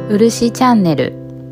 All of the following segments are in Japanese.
漆チャンネル。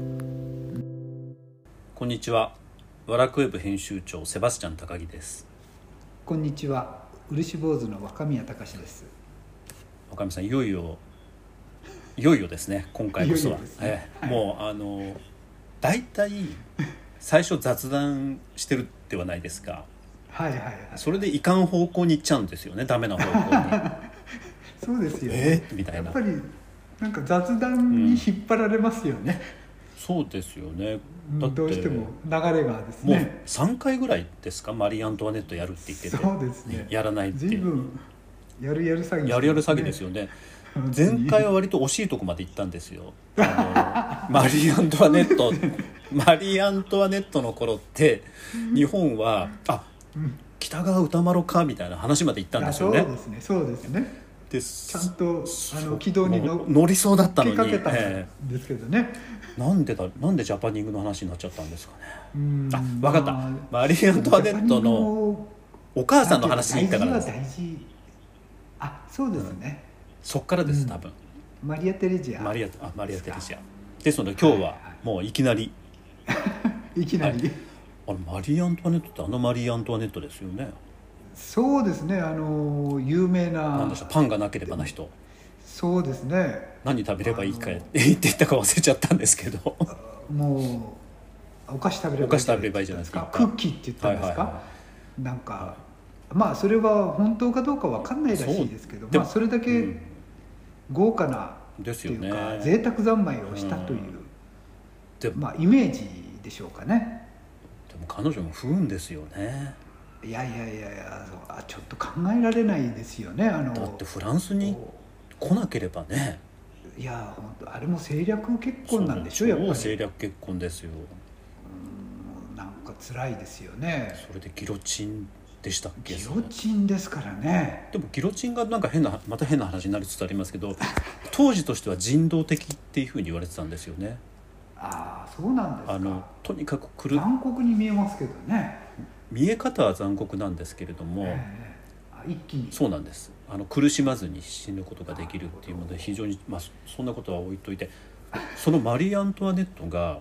こんにちは。ワラクウェブ編集長セバスチャン高木です。 こんにちは。漆坊主の若宮隆です。 若宮さん、いよいよですね。今回こそは、もうだいたい最初雑談してるってはないですか。 はいはいはい。 それでいかん方向に行っちゃうんですよね。ダメな方向に。 そうですよね。 みたいな。 やっぱりなんか雑談に引っ張られますよね。 そうですよね。だってどうしても流れがですね。 もう3回ぐらいですか、マリー・アントワネットやるって言ってて。 そうですね。 やらないっていう。 随分やる詐欺、 やる詐欺ですよね。前回は割と惜しいとこまで行ったんですよ。マリー・アントワネットマリー・アントワネットの頃って日本は北川歌麿かみたいな話まで行ったんですよね。 そうですね。ちゃんと軌道に乗りそうだったのにかけたんですけどね。 なんでジャパニングの話になっちゃったんですかね。分かった、マリー・アントワネットのお母さんの話に行ったからです。 大事。そうですね。 そっからです多分。 マリア・テレジア。 マリア・テレジアですので、今日はもういきなりマリー・アントワネットってマリー・アントワネットですよね。 そうですね。有名な。 なんでしょう、パンがなければな人。 そうですね。 何食べればいいか言ってたか忘れちゃったんですけど。 もうお菓子食べればいいじゃないですか。クッキーって言ったんですか。なんかそれは本当かどうかわかんないらしいですけど、それだけ豪華なっていうか贅沢三昧をしたというイメージでしょうかね。 でも彼女も不運ですよね。 いやちょっと考えられないですよね。 だってフランスに来なければね。 いや本当あれも政略結婚なんでしょ。やっぱり政略結婚ですよ。 なんか辛いですよね。 それでギロチンでしたっけ。 ギロチンですからね。 でもギロチンがなんかまた変な話になりつつありますけど、当時としては人道的っていうふうに言われてたんですよね。 そうなんですか。 とにかく残酷に見えますけどね。 見え方は残酷なんですけれども、 一気にそうなんです。苦しまずに死ぬことができるっていうので、非常にそんなことは置いといて、そのマリー・アントワネットが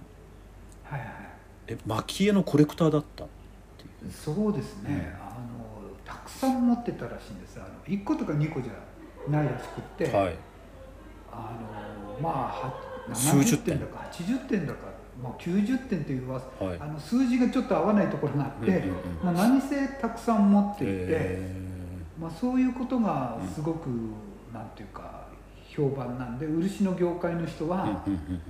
蒔絵のコレクターだったっていう。 そうですね。たくさん持ってたらしいんです。1個とか2個じゃないらしくって、70点だか80点だか、90点という数字がちょっと合わないところがあって、何せたくさん持っていて、そういうことがすごくなんていうか評判なんで、漆の業界の人は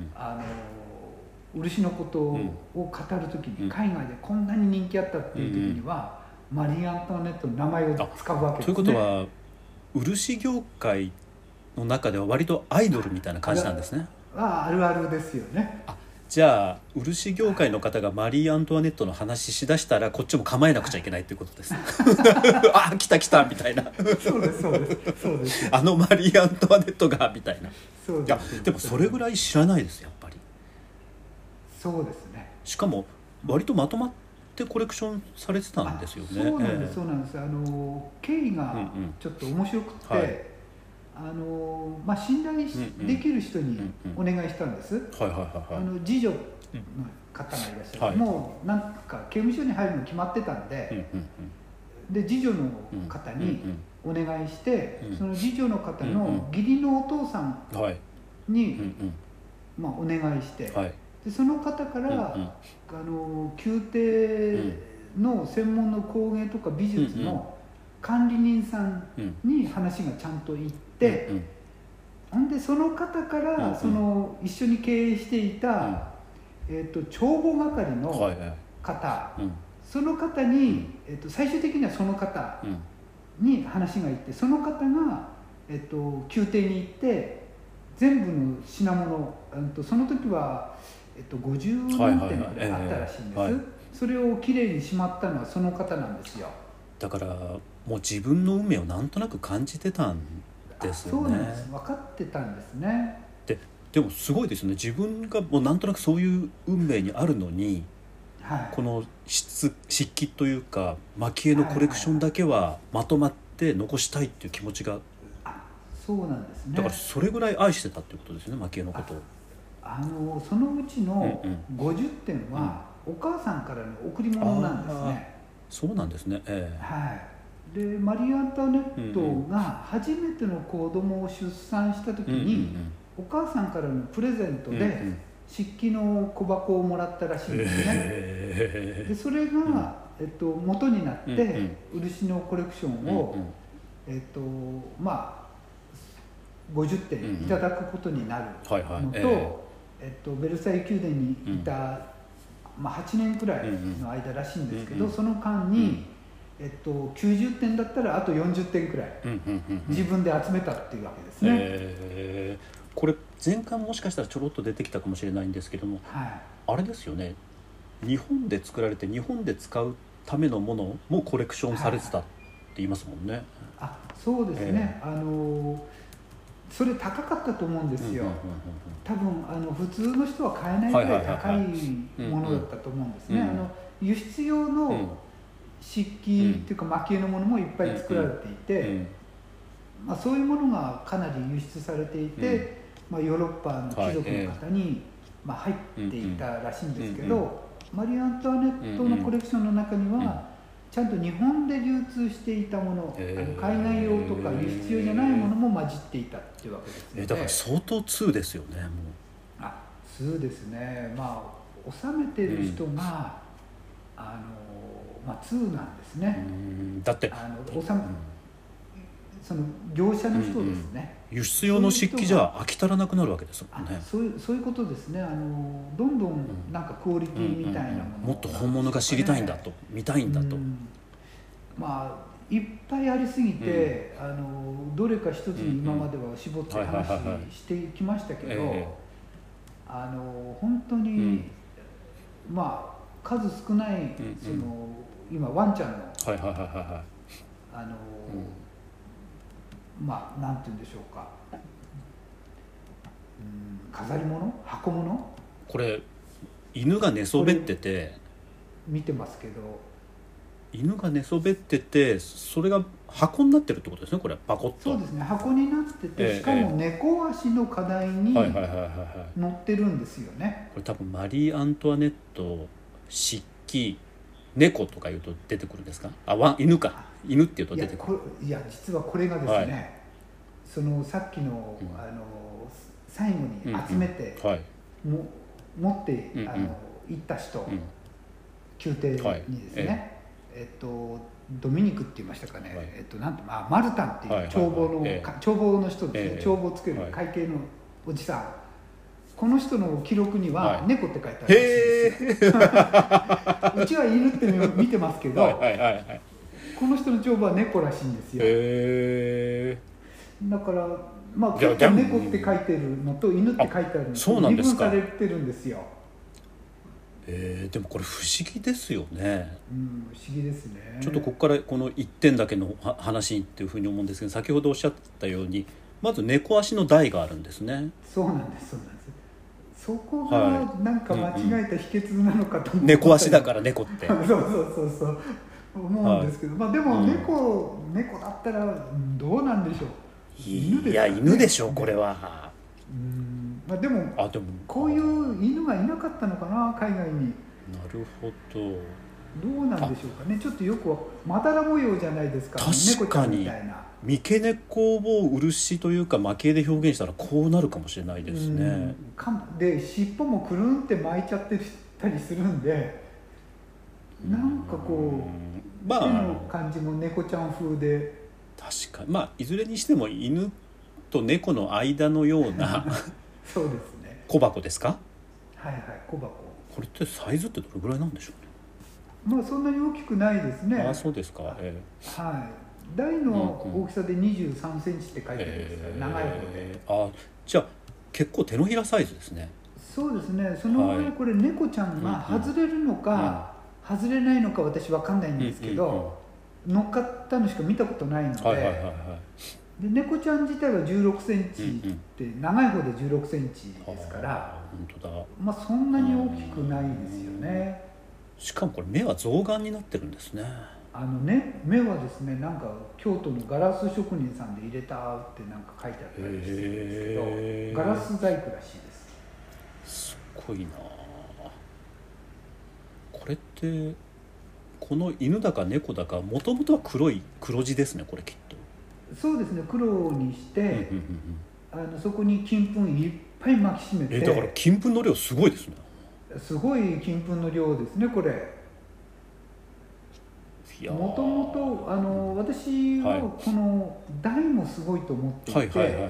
漆のことを語るときに、海外でこんなに人気あったっていう時には、マリー・アントワネットの名前を使うわけですね。 ということは漆業界の中では割とアイドルみたいな感じなんですね。 あるあるですよね。 じゃあ漆業界の方がマリー・アントワネットの話しだしたら、こっちも構えなくちゃいけないということです。来たみたいな。 そうですマリー・アントワネットがみたいな。でもそれぐらい知らないです、やっぱり。 そうですね。 しかも割とまとまってコレクションされてたんですよね。 そうなんです。経緯がちょっと面白くて、信頼できる人にお願いしたんです。次女の方がいらっしゃる。もうなんか刑務所に入るの決まってたんで、次女の方にお願いして、その次女の方の義理のお父さんにお願いして、でその方から宮廷の専門の工芸とか美術の管理人さんに話がちゃんと行って、でその方から一緒に経営していた帳簿係の方、その方に最終的にはその方に話が行って、その方が宮廷に行って全部の品物、その時は50何点まであったらしいんです。それをきれいにしまったのはその方なんですよ。 だからもう自分の運命をなんとなく感じてたんですよね。 そうなんです。分かってたんですね。 でもすごいですね。自分がもうなんとなくそういう運命にあるのに、この漆器というか蒔絵のコレクションだけはまとまって残したいっていう気持ちが。 そうなんですね。 だからそれぐらい愛してたっていうことですね、蒔絵のことを。 そのうちの50点はお母さんからの贈り物なんですね。 そうなんですね。 はい。でマリー・アントワネットが初めての子供を出産した時に、お母さんからのプレゼントで漆器の小箱をもらったらしいんですね。でそれが、元になって漆のコレクションを、まあ50点いただくことになるのと、ベルサイユ宮殿にいた、8年くらいの間らしいんですけど、その間に、90点だったらあと40点くらい自分で集めたっていうわけですね。 これ前回もしかしたらちょろっと出てきたかもしれないんですけども、あれですよね、日本で作られて日本で使うためのものもコレクションされてたって言いますもんね。 そうですね、それ高かったと思うんですよ。多分普通の人は買えないくらい高いものだったと思うんですね。輸出用の漆器っていうか蒔絵のものもいっぱい作られていて、そういうものがかなり輸出されていて、ヨーロッパの貴族の方に入っていたらしいんですけど、マリー・アントワネットのコレクションの中にはちゃんと日本で流通していたもの、海外用とか輸出用じゃないものも混じっていたっていうわけですね。 だから相当通ですよね。もう通ですね。収めてる人が、通なんですね。 だってその業者の人ですね。 輸出用の漆器じゃ飽き足らなくなるわけですもんね。 そういうことですね。どんどんなんかクオリティみたいなもの、 もっと本物が知りたいんだと、見たいんだと。 いっぱいありすぎて、どれか一つに今までは絞って話してきましたけど、本当に、数少ない、今ワンちゃんのなんて言うんでしょうか、飾り物、箱物。 これ犬が寝そべってて見てますけど、 犬が寝そべってて、それが箱になってるってことですね。これパコッと。 そうですね、箱になってて、しかも猫足の課題に載ってるんですよね。 これ多分マリー・アントワネット漆器猫とか言うと出てくるんですか？犬か。犬っていうと出てくる。 いや実はこれがですね、そのさっきの、最後に集めて、持って行った人、宮廷にですね、ドミニクって言いましたかね、なんとマルタンっていう帳簿の人ですね、帳簿をつける会計のおじさん、この人の記録には猫って書いてあるんですよ。うちは犬って見てますけど、この人の帳簿は猫らしいんですよ。だから結構猫って書いてるのと犬って書いてあるのと二分されてるんですよ。 でもこれ不思議ですよね。 不思議ですね。 ちょっとここからこの1点だけの話っていうふうに思うんですけど、先ほどおっしゃったようにまず猫足の台があるんですね。 そうなんです。そこがなんか間違えた秘訣なのかと思う。 猫足だから猫ってそう思うんですけど、でも猫だったらどうなんでしょう。 いや犬でしょこれは。 でもこういう犬がいなかったのかな、海外に。 なるほど。 どうなんでしょうかね。ちょっとよくまだら模様じゃないですか。 確かに三毛猫を漆というか蒔絵で表現したらこうなるかもしれないですね。 で尻尾もくるんって巻いちゃってたりするんで、なんかこう手の感じも猫ちゃん風で。 確かにいずれにしても犬と猫の間のようなそうですね。 小箱ですか？ 小箱。 これってサイズってどれぐらいなんでしょうね。 そんなに大きくないですね。 そうですか。 台の大きさで23センチって書いてあるんですから、長い方で。 じゃあ結構手のひらサイズですね。 そうですね。その上これ猫ちゃんが外れるのか、外れないのか私わかんないんですけど、乗っかったのしか見たことないので、猫ちゃん自体は16センチって長い方で16センチですから、 本当だ。 そんなに大きくないですよね。 しかもこれ目は象眼になってるんですね。 目はですね、なんか京都のガラス職人さんで入れたってなんか書いてあったりするんですけど、ガラス細工らしいです。 すごいな。これってこの犬だか猫だかもともとは黒地ですね、これきっと。 そうですね、黒にして、そこに金粉いっぱい巻き締めて。 だから金粉の量すごいですね。 すごい金粉の量ですね、これ。もともと私はこの台もすごいと思っていて、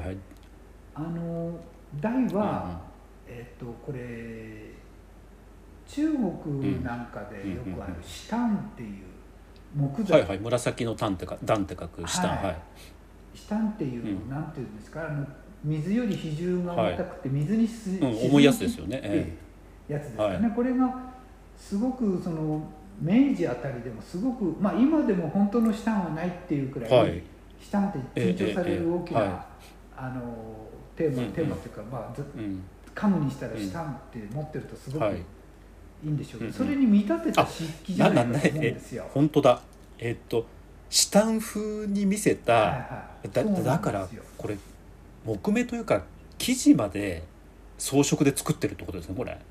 台は、これ中国なんかでよくあるシタンっていう木材、 紫の段って書くシタン、 シタンっていう、なんていうんですか、水より比重が重たくて水に重いやつですよね。 やつですよね。これがすごくその明治あたりでもすごく、今でも本当のシタンはないっていうくらい、シタンって珍重される大きな、テーマっていうか、家具にしたらシタンって持ってるとすごくいいんでしょうけど、それに見立てた漆器じゃないかと思うんですよ。 本当だ。シタン風に見せた、だからこれ木目というか生地まで装飾で作ってるってことですね、これ。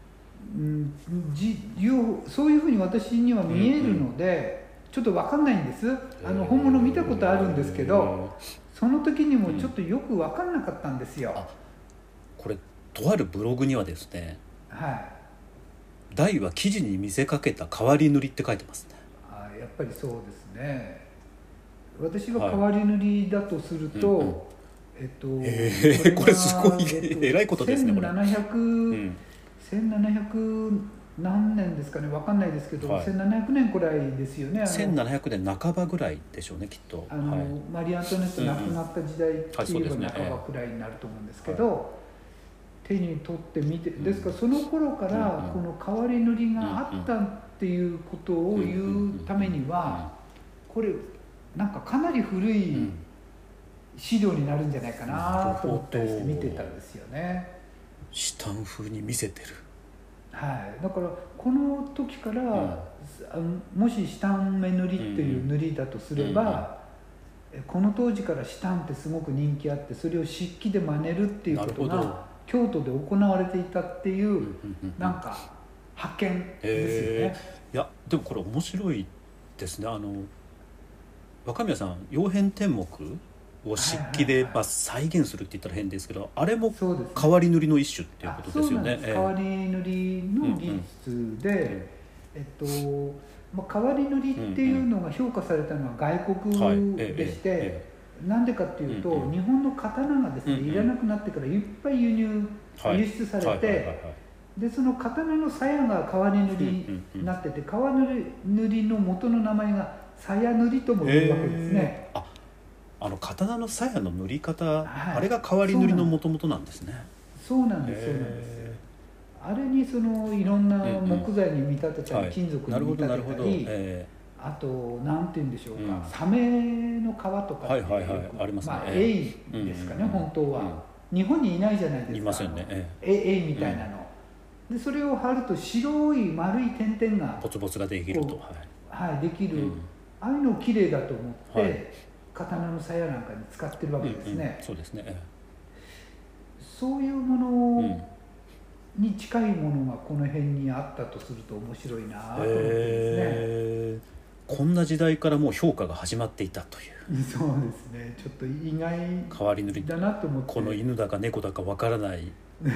そういうふうに私には見えるので、ちょっと分かんないんです。本物見たことあるんですけど、その時にもちょっとよく分かんなかったんですよ。 これとあるブログにはですね、台は生地に見せかけた変わり塗りって書いてますね。 やっぱりそうですね。私が変わり塗りだとすると、これすごいえらいことですね、これ。 1700何年ですかね、分かんないですけど、1700年くらいですよね。 1700年半ばぐらいでしょうね、きっと。 マリー・アントネット亡くなった時代っていうのが半ばくらいになると思うんですけど、手に取ってみて、ですからその頃からこの変わり塗りがあったっていうことを言うためには、これなんかかなり古い資料になるんじゃないかなと思ったりして見てたんですよね。 シタン風に見せてる。 だからこの時から、もしシタン目塗りっていう塗りだとすれば、この当時からシタンってすごく人気あって、それを漆器で真似るっていうことが京都で行われていたっていう、なんか発見ですよね。 いやでもこれ面白いですね。若宮さん、曜変天目を漆器で再現するって言ったら変ですけど、あれも変わり塗りの一種っていうことですよね。 変わり塗りの技術で、変わり塗りっていうのが評価されたのは外国でして、なんでかっていうと、日本の刀がですね、いらなくなってからいっぱい輸出されて、でその刀の鞘が変わり塗りになってて、変わり塗りの元の名前が鞘塗りともいうわけですね。 刀の鞘の塗り方、あれが変わり塗りの元々なんですね。 そうなんです、そうなんです。あれにそのいろんな木材に見立てたり、金属に見立てたり、あとなんて言うんでしょうか、サメの皮とかってありますね。 エイですかね、本当は。日本にいないじゃないですか。 いませんね。 エイみたいなの。でそれを貼ると白い丸い点々がボツボツができると、 できる、ああいうのをきれいだと思って、刀の鞘なんかに使ってるわけですね。 そうですね。 そういうものに近いものがこの辺にあったとすると面白いなと思ってですね。 こんな時代からもう評価が始まっていたという。 そうですね、ちょっと意外変わり塗りだなと思って。 この犬だか猫だかわからない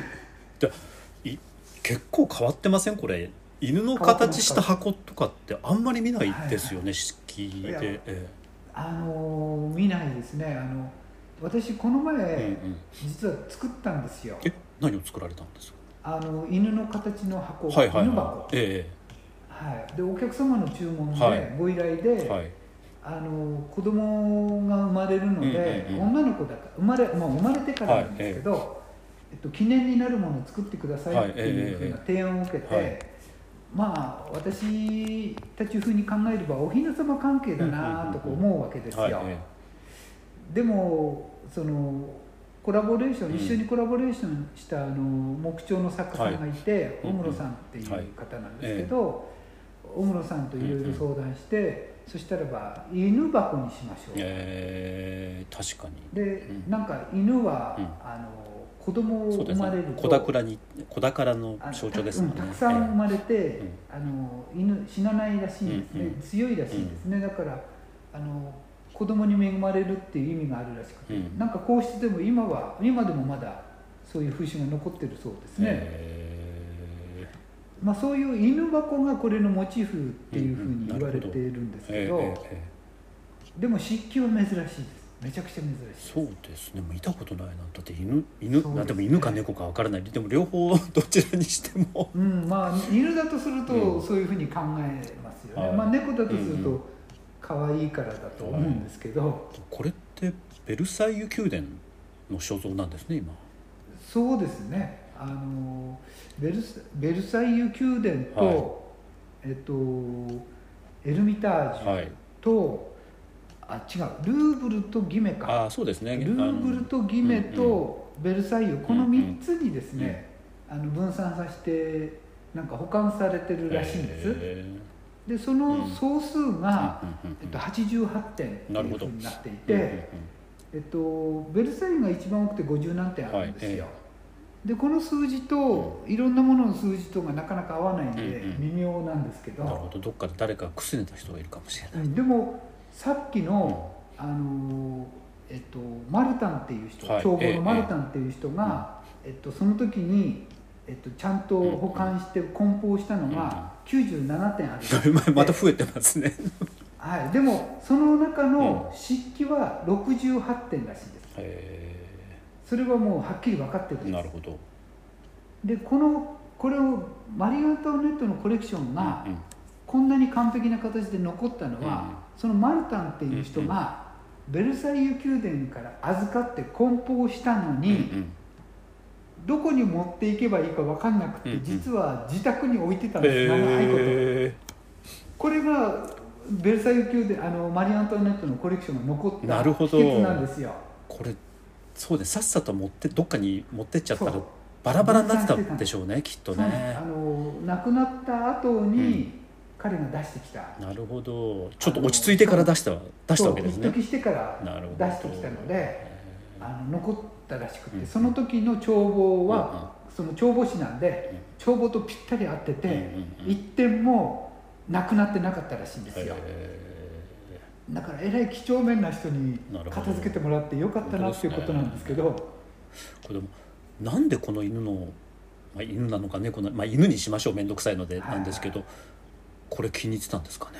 結構変わってませんこれ。犬の形した箱とかってあんまり見ないですよね、漆器で。 見ないですね。私この前、実は作ったんですよ。 何を作られたんですか？ 犬の形の箱、犬箱。でお客様の注文で、ご依頼で、子供が生まれるので、女の子だから生まれてからなんですけど、記念になるものを作ってくださいっていうふうな提案を受けて、私たち風に考えればお雛様関係だなと思うわけですよ。でもそのコラボレーション、一緒にコラボレーションした木彫の作家さんがいて、小室さんっていう方なんですけど、小室さんといろいろ相談して、そしたらば犬箱にしましょう。 確かに。 で、なんか犬は子供を生まれると、 子宝の象徴ですもんね。 たくさん生まれて、犬死なないらしいんですね、強いらしいんですね。だから子供に恵まれるっていう意味があるらしくて、なんか皇室でも今でもまだそういう風習が残ってるそうですね。そういう犬箱がこれのモチーフっていうふうに言われているんですけど、でも漆器は珍しいです。めちゃくちゃ珍しいです。 そうですね、見たことないな。だって犬でも犬か猫か分からない。でも両方どちらにしても犬だとするとそういうふうに考えますよね。猫だとすると可愛いからだと思うんですけど、 これってベルサイユ宮殿の所蔵なんですね今。 そうですね。ベルサイユ宮殿と、エルミタージュと、違う、ルーブルとギメか。 そうですね。 ルーブルとギメとベルサイユ、この3つにですね、分散させてなんか保管されてるらしいんです。でその総数が、88点っていうふうになっていて、ベルサイユが一番多くて50何点あるんですよ。でこの数字といろんなものの数字とがなかなか合わないんで微妙なんですけど、 なるほど。どっかで誰かくすねた人がいるかもしれない。 でもさっきの、マルタンっていう人、帳簿のマルタンっていう人が、その時に、ちゃんと保管して梱包したのが97点ある。 また増えてますね。 でもその中の漆器は68点らしいです。それはもうはっきり分かってるんです。 なるほど。 でこれをマリー・アントワネットのコレクションがこんなに完璧な形で残ったのは、そのマルタンっていう人がベルサイユ宮殿から預かって梱包したのに、どこに持っていけばいいか分かんなくて、実は自宅に置いてたんです。長いこと。これがベルサイユ宮殿、マリー・アントワネットのコレクションが残った秘訣なんですよ。 これそうです。さっさとどっかに持ってっちゃったらバラバラになってたんでしょうね、きっとね。 亡くなった後に彼が出してきた。 なるほど。ちょっと落ち着いてから出したわけですね。 一時してから出してきたので残ったらしくて、その時の帳簿はその帳簿紙なんで帳簿とぴったり合ってて、一点もなくなってなかったらしいんですよ。だからえらい几帳面な人に片付けてもらってよかったなっていうことなんですけど、 これでもなんでこの犬の、犬なのか猫なのか、犬にしましょう、面倒くさいのでなんですけど、これ気に入ってたんですかね。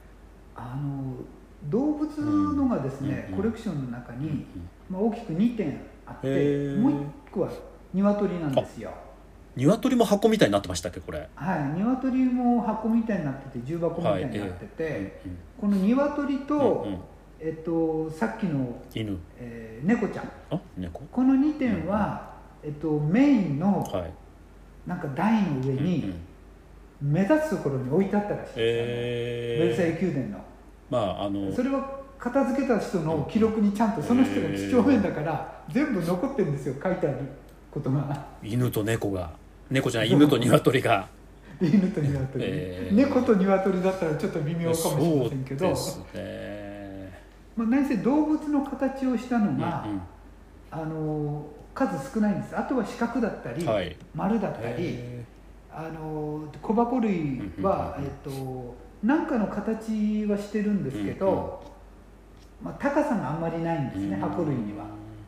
動物のがですね、コレクションの中に、大きく2点あって、もう1個は鶏なんですよ。 鶏も箱みたいになってましたっけこれ。 鶏も箱みたいになってて重箱みたいになってて、この鶏と、さっきの犬、 猫ちゃん、 猫、 この2点は、メインの、なんか台の上に目立つところに置いてあったらしいです、ベルサイユ宮殿の。それは片付けた人の記録にちゃんと、その人が几帳面だから全部残ってるんですよ、書いてあることが。 犬と猫が、猫じゃない犬と鶏が犬と鶏、猫と鶏だったらちょっと微妙かもしれませんけど、そうですね。何せ動物の形をしたのが、数少ないんです。あとは四角だったり、丸だったり、小箱類は、何かの形はしてるんですけど、高さがあんまりないんですね、箱類には。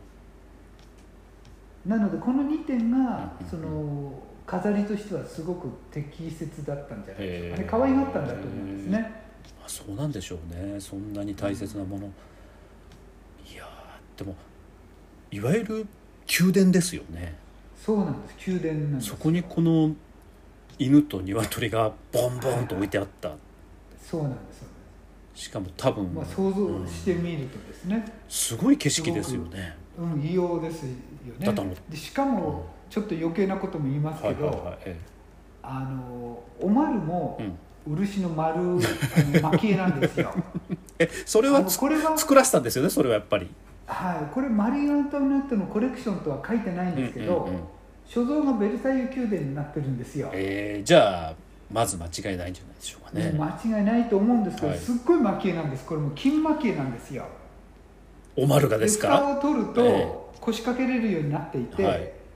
なのでこの2点がその飾りとしてはすごく適切だったんじゃないでしょうかね。可愛がったんだと思うんですね。 そうなんでしょうね。そんなに大切なもの、いやでもいわゆる宮殿ですよね。 そうなんです、宮殿なんです。 そこにこの犬と鶏がボンボンと置いてあった。 そうなんです。 しかも多分、 想像してみるとですね、 すごい景色ですよね。 異様ですよね。でしかもちょっと余計なことも言いますけど、おまるも漆の丸蒔絵なんですよ。 それは作らせたんですよね、それはやっぱり。 これマリー・アントワネットのコレクションとは書いてないんですけど、所蔵がベルサイユ宮殿になってるんですよ。 じゃあまず間違いないんじゃないでしょうかね。 間違いないと思うんですけど、すっごい蒔絵なんです。これも金蒔絵なんですよ。 おまるがですか。 蓋を取ると腰掛けれるようになっていて、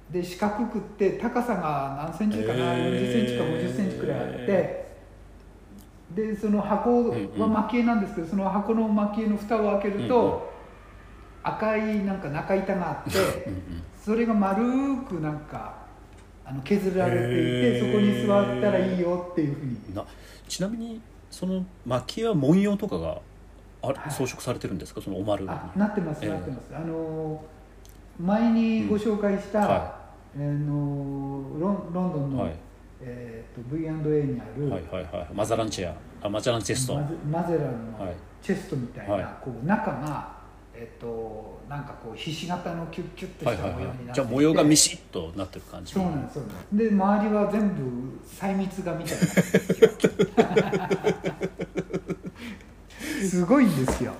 で四角くって高さが何センチかな、40センチか50センチくらいあって、でその箱は蒔絵なんですけど、その箱の蒔絵の蓋を開けると、赤いなんか中板があってそれが丸くなんか削られていて、そこに座ったらいいよっていうふうに。 ちなみにその蒔絵は文様とかが装飾されてるんですか、そのお丸に。 なってます、なってます。前にご紹介した、ロンドンの、V&A にある、 マザランチェア、マザランチェスト、 マゼランのチェストみたいな、こう中が、なんかこうひし形のキュッキュッとした模様になっていて、 じゃあ模様がミシッとなってる感じ。 そうなんです、そうなんです。で周りは全部細密画みたいなすごいんですよ。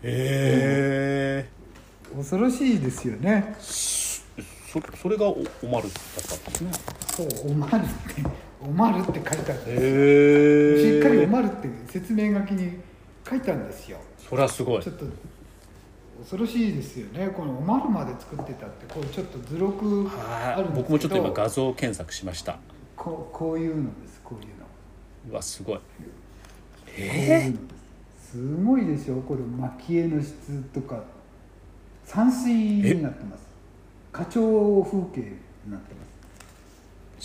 恐ろしいですよね。 それがおまるだったんですね。 そう、おまるって書いてある。しっかりおまるって説明書きに書いたんですよ。 それはすごい。 ちょっと恐ろしいですよね。このおまるまで作ってたって、これちょっと図録あるんですけど、 僕もちょっと今画像検索しました。 こういうのです、こういうの。 うわ、すごい。 すごいでしょ。これ蒔絵の質とか山水になってます。花鳥風景になってます。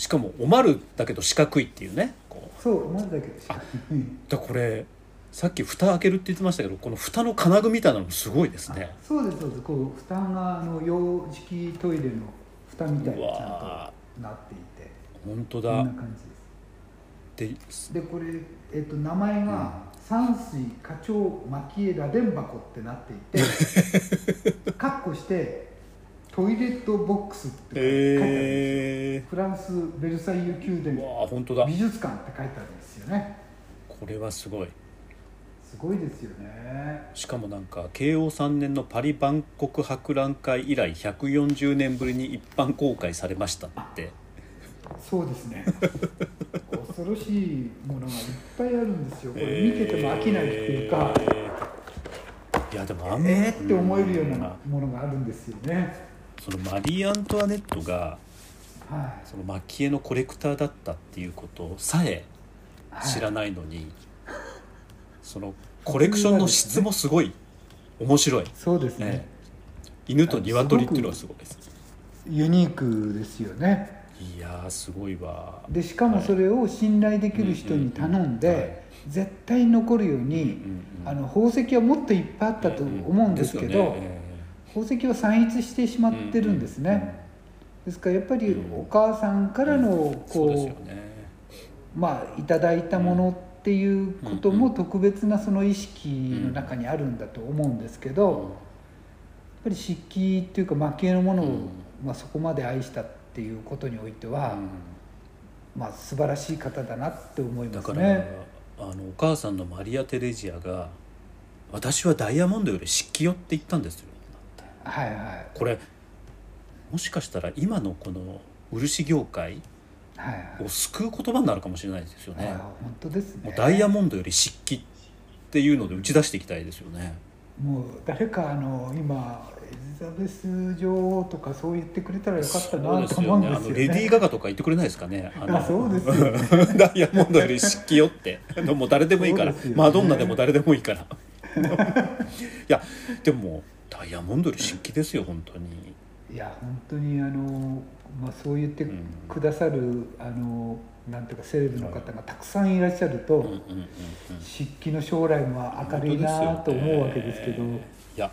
しかもおまるだけど四角いっていうね。 そう、おまるだけど四角い。 だこれさっき蓋開けるって言ってましたけど、この蓋の金具みたいなのもすごいですね。 そうです、そうです。こう蓋が洋式トイレの蓋みたいにちゃんとなっていて、 本当だ。 こんな感じです。でこれ、名前が山水花鳥蒔絵螺鈿箱ってなっていてカッコしてトイレットボックスって書いてあるんですよ。フランスベルサイユ宮殿美術館って書いてあるんですよね。 これはすごい。 すごいですよね。 しかもなんか慶応3年のパリ万国博覧会以来140年ぶりに一般公開されましたって。 そうですね恐ろしいものがいっぱいあるんですよ。これ見てても飽きないっていうか、 いやでもって思えるようなものがあるんですよね。 そのマリー・アントワネットが、その蒔絵のコレクターだったっていうことさえ知らないのに、そのコレクションの質もすごい面白い。 そうですね。 犬と鶏っていうのはすごいです。 ユニークですよね。 いやーすごいわ。 でしかもそれを信頼できる人に頼んで絶対残るように、宝石はもっといっぱいあったと思うんですけど、宝石は散逸してしまってるんですね。ですからやっぱりお母さんからのこう、まあいただいたものっていうことも特別なその意識の中にあるんだと思うんですけど、やっぱり漆器っていうか蒔絵のものを、そこまで愛したっていうことにおいては、素晴らしい方だなって思いますね。 だからお母さんのマリア・テレジアが私はダイヤモンドより漆器よって言ったんですよ。これもしかしたら今のこの漆業界を救う言葉になるかもしれないですよね。 本当ですね。 もうダイヤモンドより漆器っていうので打ち出していきたいですよね。 もう誰か今エリザベス女王とかそう言ってくれたらよかったなと思うんですよね。 レディー・ガガとか言ってくれないですかね。 そうですよねダイヤモンドより漆器よってもう誰でもいいから、マドンナでも誰でもいいからいやでもダイヤモンドより漆器ですよ本当に。 いや本当にそう言ってくださるなんていうかセレブの方がたくさんいらっしゃると、漆器の将来も明るいなと思うわけですけど、 いや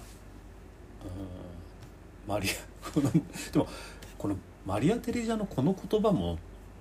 マリアでもこのマリア・テレジャのこの言葉も、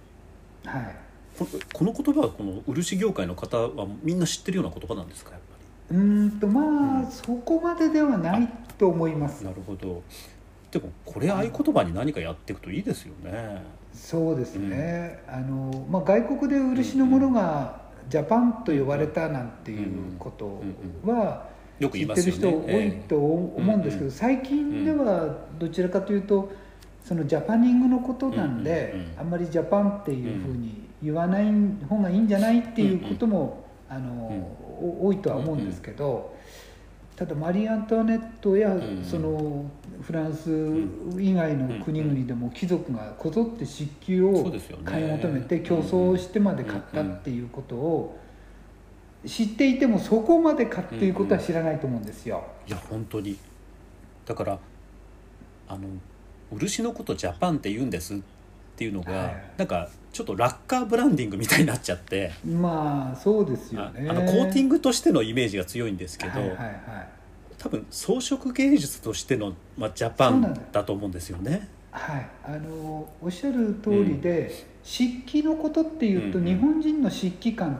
この言葉はこの漆業界の方はみんな知ってるような言葉なんですかやっぱり。 そこまでではないと思います。 なるほど。でもこれ合言葉に何かやっていくといいですよね。 そうですね。外国で漆のものがジャパンと呼ばれたなんていうことは知ってる人多いと思うんですけど、最近ではどちらかというとそのジャパニングのことなんで、あんまりジャパンっていうふうに言わない方がいいんじゃないっていうことも多いとは思うんですけど、ただマリー・アントワネットやそのフランス以外の国々でも貴族がこぞって漆器を買い求めて競争してまで買ったっていうことを知っていても、そこまでかっていうことは知らないと思うんですよ。 いや本当にだから漆のことジャパンって言うんですっていうのが、なんかちょっとラッカーブランディングみたいになっちゃって、 まあそうですよね。 コーティングとしてのイメージが強いんですけど、多分装飾芸術としての、ジャパンだと思うんですよね。 はい、おっしゃる通りで、漆器のことっていうと、日本人の漆器館って、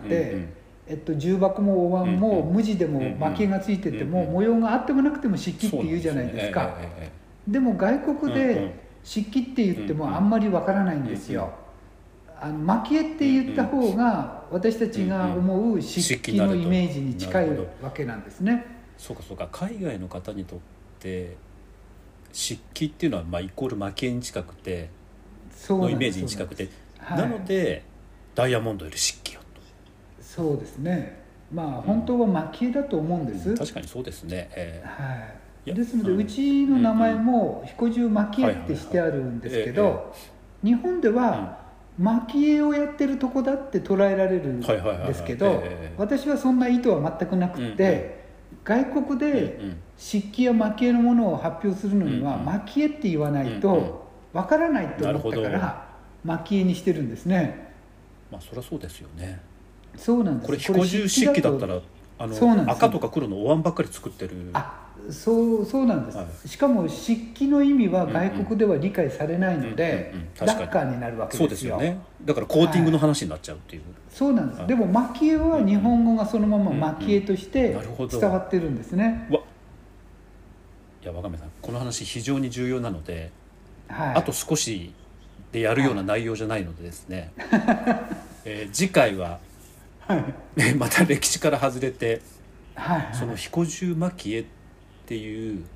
重箱もお椀も無地でも蒔絵がついてても、模様があってもなくても漆器って言うじゃないですか。でも外国で漆器って言ってもあんまりわからないんですよ。蒔絵って言った方が私たちが思う漆器のイメージに近いわけなんですね。 そうかそうか、海外の方にとって漆器っていうのはイコール蒔絵に近くてのイメージに近くて、なのでダイヤモンドより漆器よと。 そうですね。本当は蒔絵だと思うんです。 確かにそうですね。 ですので、うちの名前も彦十蒔絵ってしてあるんですけど、日本では蒔絵をやってるとこだって捉えられるんですけど、私はそんな意図は全くなくて、外国で漆器や蒔絵のものを発表するのには蒔絵って言わないとわからないと思ったから蒔絵にしてるんですね。 そりゃそうですよね。 そうなんです。 これ彦十漆器だったら赤とか黒のお椀ばっかり作ってる。 そうなんです、しかも漆器の意味は外国では理解されないので、ラッカーになるわけですよ。 そうですよね。だからコーティングの話になっちゃうっていう。 そうなんです。でも蒔絵は日本語がそのまま蒔絵として伝わってるんですね。 いや若宮さん、この話非常に重要なので、あと少しでやるような内容じゃないのでですね、次回は、また歴史から外れて、その彦十蒔絵っていう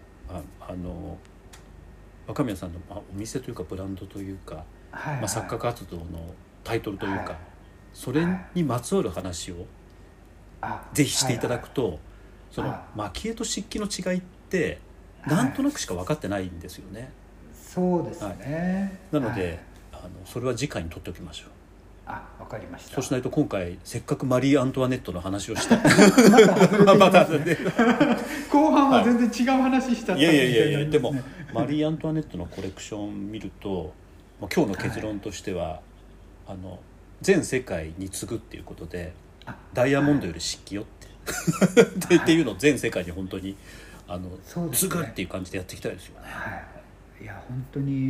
若宮さんの、お店というかブランドというか、作家活動のタイトルというか、それにまつわる話をぜひしていただくと、その蒔絵と漆器の違いってなんとなくしか分かってないんですよね。 そうですね。 なので、それは次回に取っておきましょう。 わかりました。 そうしないと今回せっかくマリー・アントワネットの話をしたまた後半は全然違う話しちゃったみたいな、 いやでもマリー・アントワネットのコレクション見ると、今日の結論としては、全世界に次ぐっていうことで、ダイヤモンドより漆器よってっていうのを全世界に本当に継ぐっていう感じでやっていきたいですよね。 いや本当に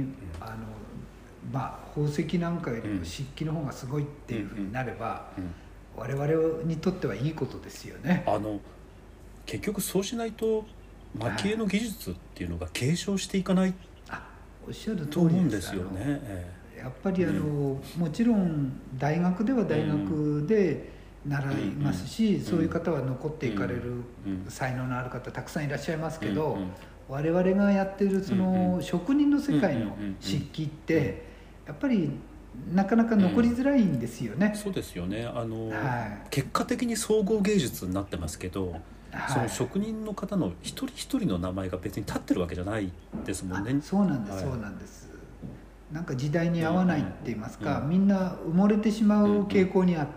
宝石なんかよりも漆器の方がすごいっていうふうになれば、我々にとってはいいことですよね。 結局そうしないと蒔絵の技術っていうのが継承していかないおっしゃる通りですと思うんですよね。 やっぱりもちろん大学では大学で習いますし、そういう方は残っていかれる才能のある方たくさんいらっしゃいますけど、我々がやってるその職人の世界の漆器ってやっぱりなかなか残りづらいんですよね。 そうですよね。結果的に総合芸術になってますけど、その職人の方の一人一人の名前が別に立ってるわけじゃないですもんね。 そうなんです、そうなんです。なんか時代に合わないって言いますか、みんな埋もれてしまう傾向にあって、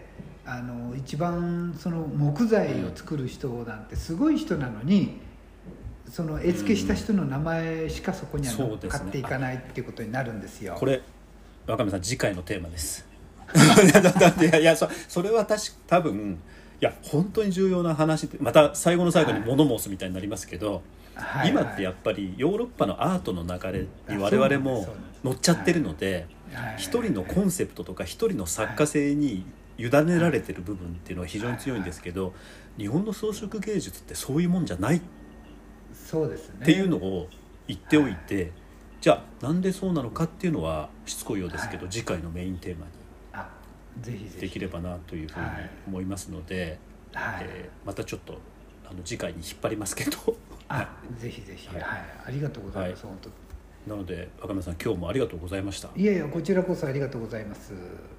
一番その木材を作る人なんてすごい人なのに、その絵付けした人の名前しかそこには乗っかっていかないっていうことになるんですよ。 これ若宮さん次回のテーマですいやそれは多分本当に重要な話って、また最後の最後に物申すみたいになりますけど、今ってやっぱりヨーロッパのアートの流れに我々も乗っちゃってるので、一人のコンセプトとか一人の作家性に委ねられてる部分っていうのは非常に強いんですけど、日本の装飾芸術ってそういうもんじゃないっていうのを言っておいて、じゃあなんでそうなのかっていうのはしつこいようですけど、次回のメインテーマにできればなというふうに思いますので、またちょっと次回に引っ張りますけどぜひぜひ、ありがとうございます、本当。 なので若宮さん、今日もありがとうございました。 いやいや、こちらこそありがとうございます。